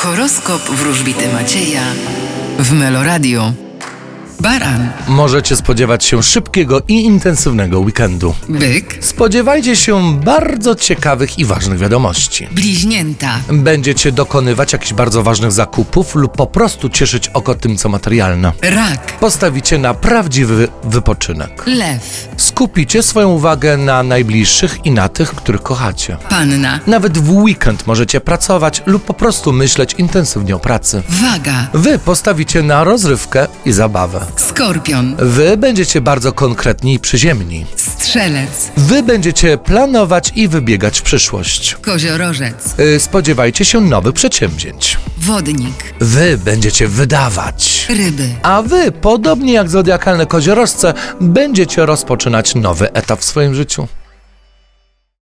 Horoskop wróżbity Macieja w Meloradio. Baran. Możecie spodziewać się szybkiego i intensywnego weekendu. Byk. Spodziewajcie się bardzo ciekawych i ważnych wiadomości. Bliźnięta. Będziecie dokonywać jakichś bardzo ważnych zakupów lub po prostu cieszyć oko tym, co materialne. Rak. Postawicie na prawdziwy wypoczynek. Lew. Skupicie swoją uwagę na najbliższych i na tych, których kochacie. Panna. Nawet w weekend możecie pracować lub po prostu myśleć intensywnie o pracy. Waga. Wy postawicie na rozrywkę i zabawę. Skorpion. Wy będziecie bardzo konkretni i przyziemni. Strzelec. Wy będziecie planować i wybiegać w przyszłość. Koziorożec. Spodziewajcie się nowych przedsięwzięć. Wodnik. Wy będziecie wydawać. Ryby. A wy, podobnie jak zodiakalne koziorożce, będziecie rozpoczynać nowy etap w swoim życiu.